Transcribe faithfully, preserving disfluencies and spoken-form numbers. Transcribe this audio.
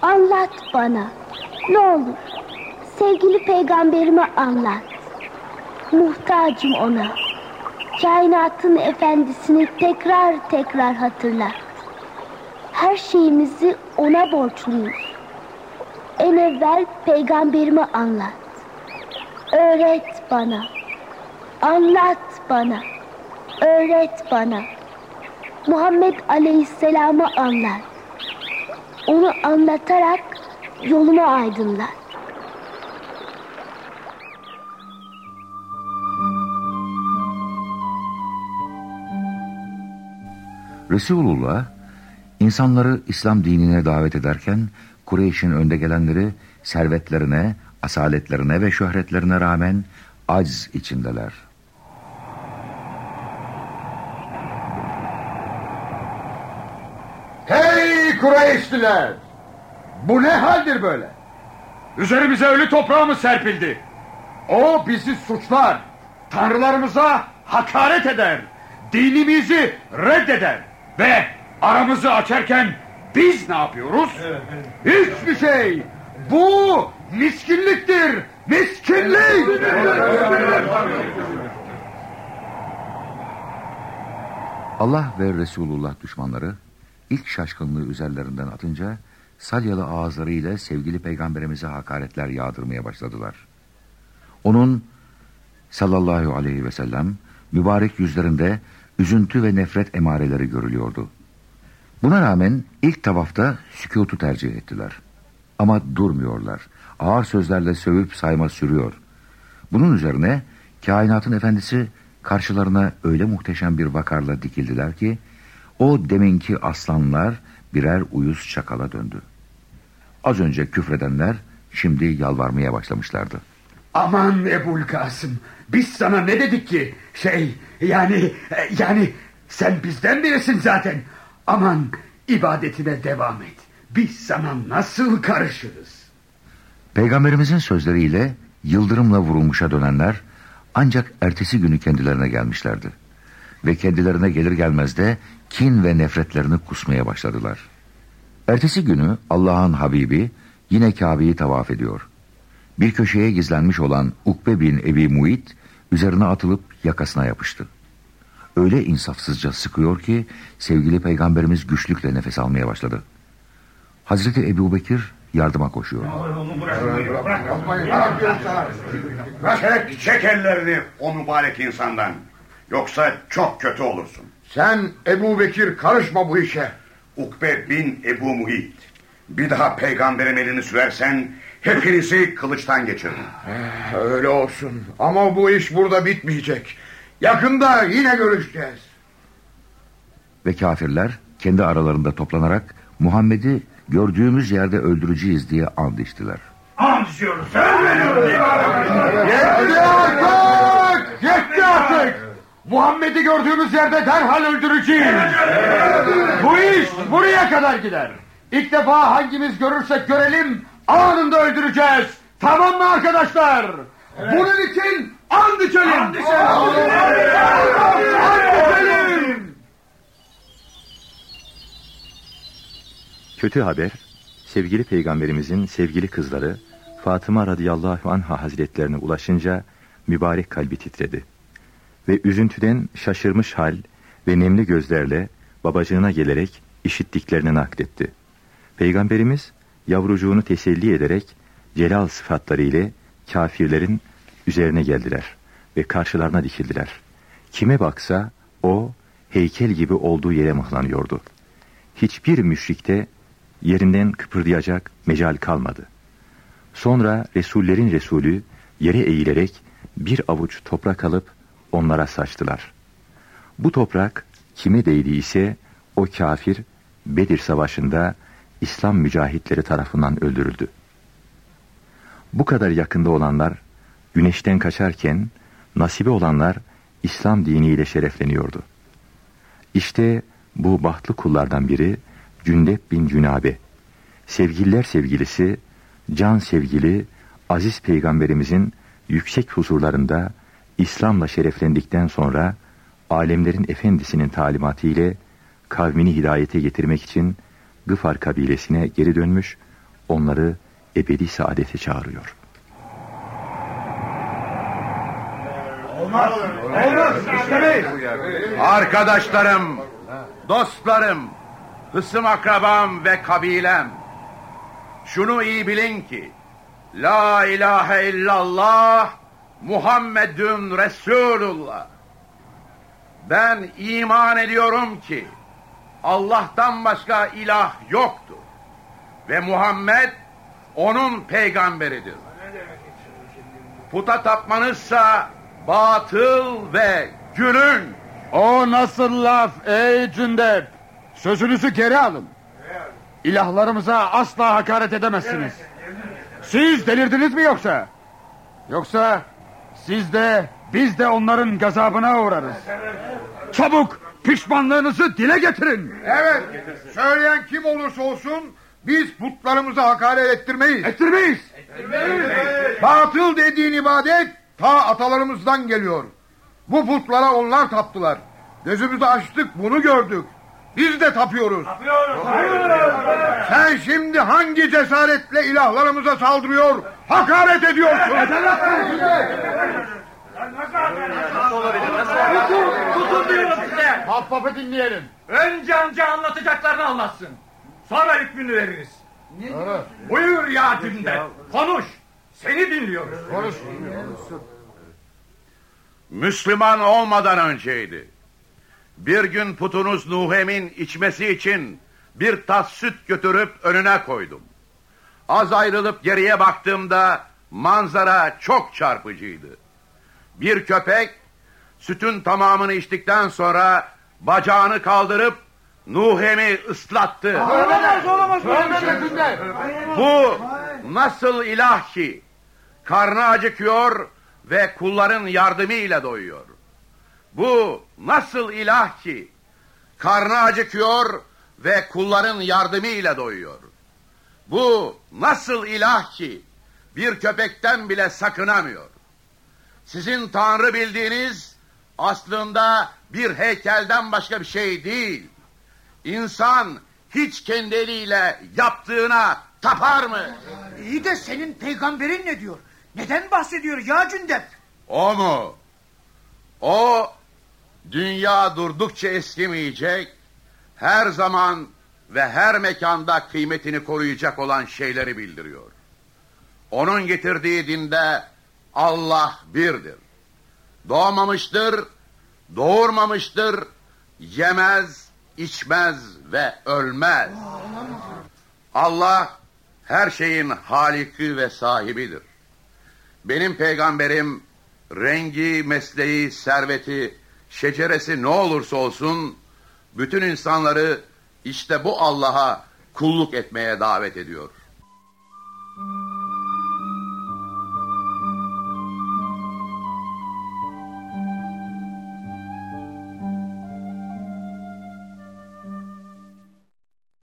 Anlat bana. Ne olur. Sevgili peygamberime anlat. Muhtacım ona. Kainatın efendisini tekrar tekrar hatırlat. Her şeyimizi ona borçluyuz. En evvel peygamberime anlat. Öğret bana. Anlat bana. Öğret bana. Muhammed Aleyhisselam'ı anlat. Onu anlatarak yolumu aydınlat. Resulullah insanları İslam dinine davet ederken Kureyş'in önde gelenleri servetlerine, asaletlerine ve şöhretlerine rağmen acz içindeler. Hey Kureyşliler! Bu ne haldir böyle? Üzerimize ölü toprağımız serpildi. O bizi suçlar, tanrılarımıza hakaret eder, dinimizi reddeder ve aramızı açarken biz ne yapıyoruz? Evet, evet. Hiçbir şey. Bu miskinliktir. Miskinlik. Allah ve Resulullah düşmanları ilk şaşkınlığı üzerlerinden atınca salyalı ağızlarıyla sevgili peygamberimize hakaretler yağdırmaya başladılar. Onun sallallahu aleyhi ve sellem mübarek yüzlerinde üzüntü ve nefret emareleri görülüyordu. Buna rağmen ilk tavafta sükutu tercih ettiler. Ama durmuyorlar. Ağır sözlerle sövüp sayma sürüyor. Bunun üzerine kainatın efendisi karşılarına öyle muhteşem bir vakarla dikildiler ki o deminki aslanlar birer uyuz çakala döndü. Az önce küfredenler şimdi yalvarmaya başlamışlardı. Aman Ebul Kasım, biz sana ne dedik ki? Şey yani yani sen bizden birisin zaten. Aman ibadetine devam et. Biz sana nasıl karışırız? Peygamberimizin sözleriyle yıldırımla vurulmuşa dönenler ancak ertesi günü kendilerine gelmişlerdi. Ve kendilerine gelir gelmez de kin ve nefretlerini kusmaya başladılar. Ertesi günü Allah'ın Habibi yine Kabe'yi tavaf ediyor. Bir köşeye gizlenmiş olan Ukbe bin Ebi Muit üzerine atılıp yakasına yapıştı. Öyle insafsızca sıkıyor ki sevgili peygamberimiz güçlükle nefes almaya başladı. Hazreti Ebubekir yardıma koşuyor. Çek, çek ellerini o mübarek insandan. Yoksa çok kötü olursun. Sen Ebubekir karışma bu işe. Ukbe bin Ebu Muhit. Bir daha peygamberin elini sürersen hepinizi kılıçtan geçiririm. Öyle olsun. Ama bu iş burada bitmeyecek. Yakında yine görüşeceğiz. Ve kafirler kendi aralarında toplanarak Muhammed'i gördüğümüz yerde öldüreceğiz diye and içtiler. And içiyoruz. Yetti artık! Yetti artık! Muhammed'i gördüğümüz yerde derhal öldüreceğiz. Bu iş buraya kadar gider. İlk defa hangimiz görürsek görelim anında öldüreceğiz. Tamam mı arkadaşlar? Evet. Bunun için and içelim. And içelim. And içelim. Kötü haber, sevgili peygamberimizin sevgili kızları Fatıma radıyallahu anha hazretlerine ulaşınca mübarek kalbi titredi. Ve üzüntüden şaşırmış hal ve nemli gözlerle babacığına gelerek işittiklerini nakletti. Peygamberimiz yavrucuğunu teselli ederek celal sıfatları ile kafirlerin üzerine geldiler ve karşılarına dikildiler. Kime baksa o heykel gibi olduğu yere mıhlanıyordu. Hiçbir müşrikte yerinden kıpırdayacak mecal kalmadı. Sonra Resullerin Resulü yere eğilerek bir avuç toprak alıp onlara saçtılar. Bu toprak kime değdiyse o kafir Bedir Savaşı'nda İslam mücahitleri tarafından öldürüldü. Bu kadar yakında olanlar güneşten kaçarken nasibi olanlar İslam diniyle şerefleniyordu. İşte bu bahtlı kullardan biri Cündep bin Cünabe, sevgililer sevgilisi, can sevgili, aziz peygamberimizin yüksek huzurlarında İslam'la şereflendikten sonra alemlerin efendisinin talimatı ile kavmini hidayete getirmek için Gıfar kabilesine geri dönmüş, onları ebedi saadete çağırıyor. Olmaz. Olmaz. İstemeyiz. Arkadaşlarım, dostlarım, hısım akrabam ve kabilem, şunu iyi bilin ki La ilahe illallah Muhammedun Resulullah. Ben iman ediyorum ki Allah'tan başka ilah yoktur ve Muhammed onun peygamberidir. Puta tapmanızsa batıl ve gülün. O nasıl laf ey Cündep? Sözünüzü geri alın. İlahlarımıza asla hakaret edemezsiniz. Siz delirdiniz mi yoksa? Yoksa siz de biz de onların gazabına uğrarız. Çabuk pişmanlığınızı dile getirin. Evet, söyleyen kim olursa olsun biz putlarımıza hakaret ettirmeyiz. Ettirmeyiz. Ettirmeyiz. Batıl dediğin ibadet ta atalarımızdan geliyor. Bu putlara onlar taptılar. Gözümüzü açtık, bunu gördük. Biz de tapıyoruz. Tapıyoruz. Sen şimdi hangi cesaretle ilahlarımıza saldırıyor, hakaret ediyorsun? Tutun diyorum size. Haffafı dinleyelim. Önce amca anlatacaklarını anlatsın. Sonra hükmünü veririz. Ne? Buyur ya Cündep. Konuş. Seni dinliyoruz. Konuş. Müslüman olmadan önceydi. Bir gün putunuz Nuhem'in içmesi için bir tas süt götürüp önüne koydum. Az ayrılıp geriye baktığımda manzara çok çarpıcıydı. Bir köpek sütün tamamını içtikten sonra bacağını kaldırıp Nuhem'i ıslattı. Olamaz, olamaz. Bu nasıl ilah ki karnı acıkıyor ve kulların yardımıyla doyuyor? Bu nasıl ilah ki karnı acıkıyor ve kulların yardımıyla doyuyor? Bu nasıl ilah ki bir köpekten bile sakınamıyor? Sizin Tanrı bildiğiniz aslında bir heykelden başka bir şey değil. İnsan hiç kendi eliyle yaptığına tapar mı? İyi de senin peygamberin ne diyor? Neden bahsediyor ya Cündep? O mu? O dünya durdukça eskimeyecek, her zaman ve her mekanda kıymetini koruyacak olan şeyleri bildiriyor. Onun getirdiği dinde Allah birdir. Doğmamıştır, doğurmamıştır, yemez, içmez ve ölmez. Allah her şeyin haliki ve sahibidir. Benim peygamberim rengi, mesleği, serveti, şeceresi ne olursa olsun bütün insanları işte bu Allah'a kulluk etmeye davet ediyor.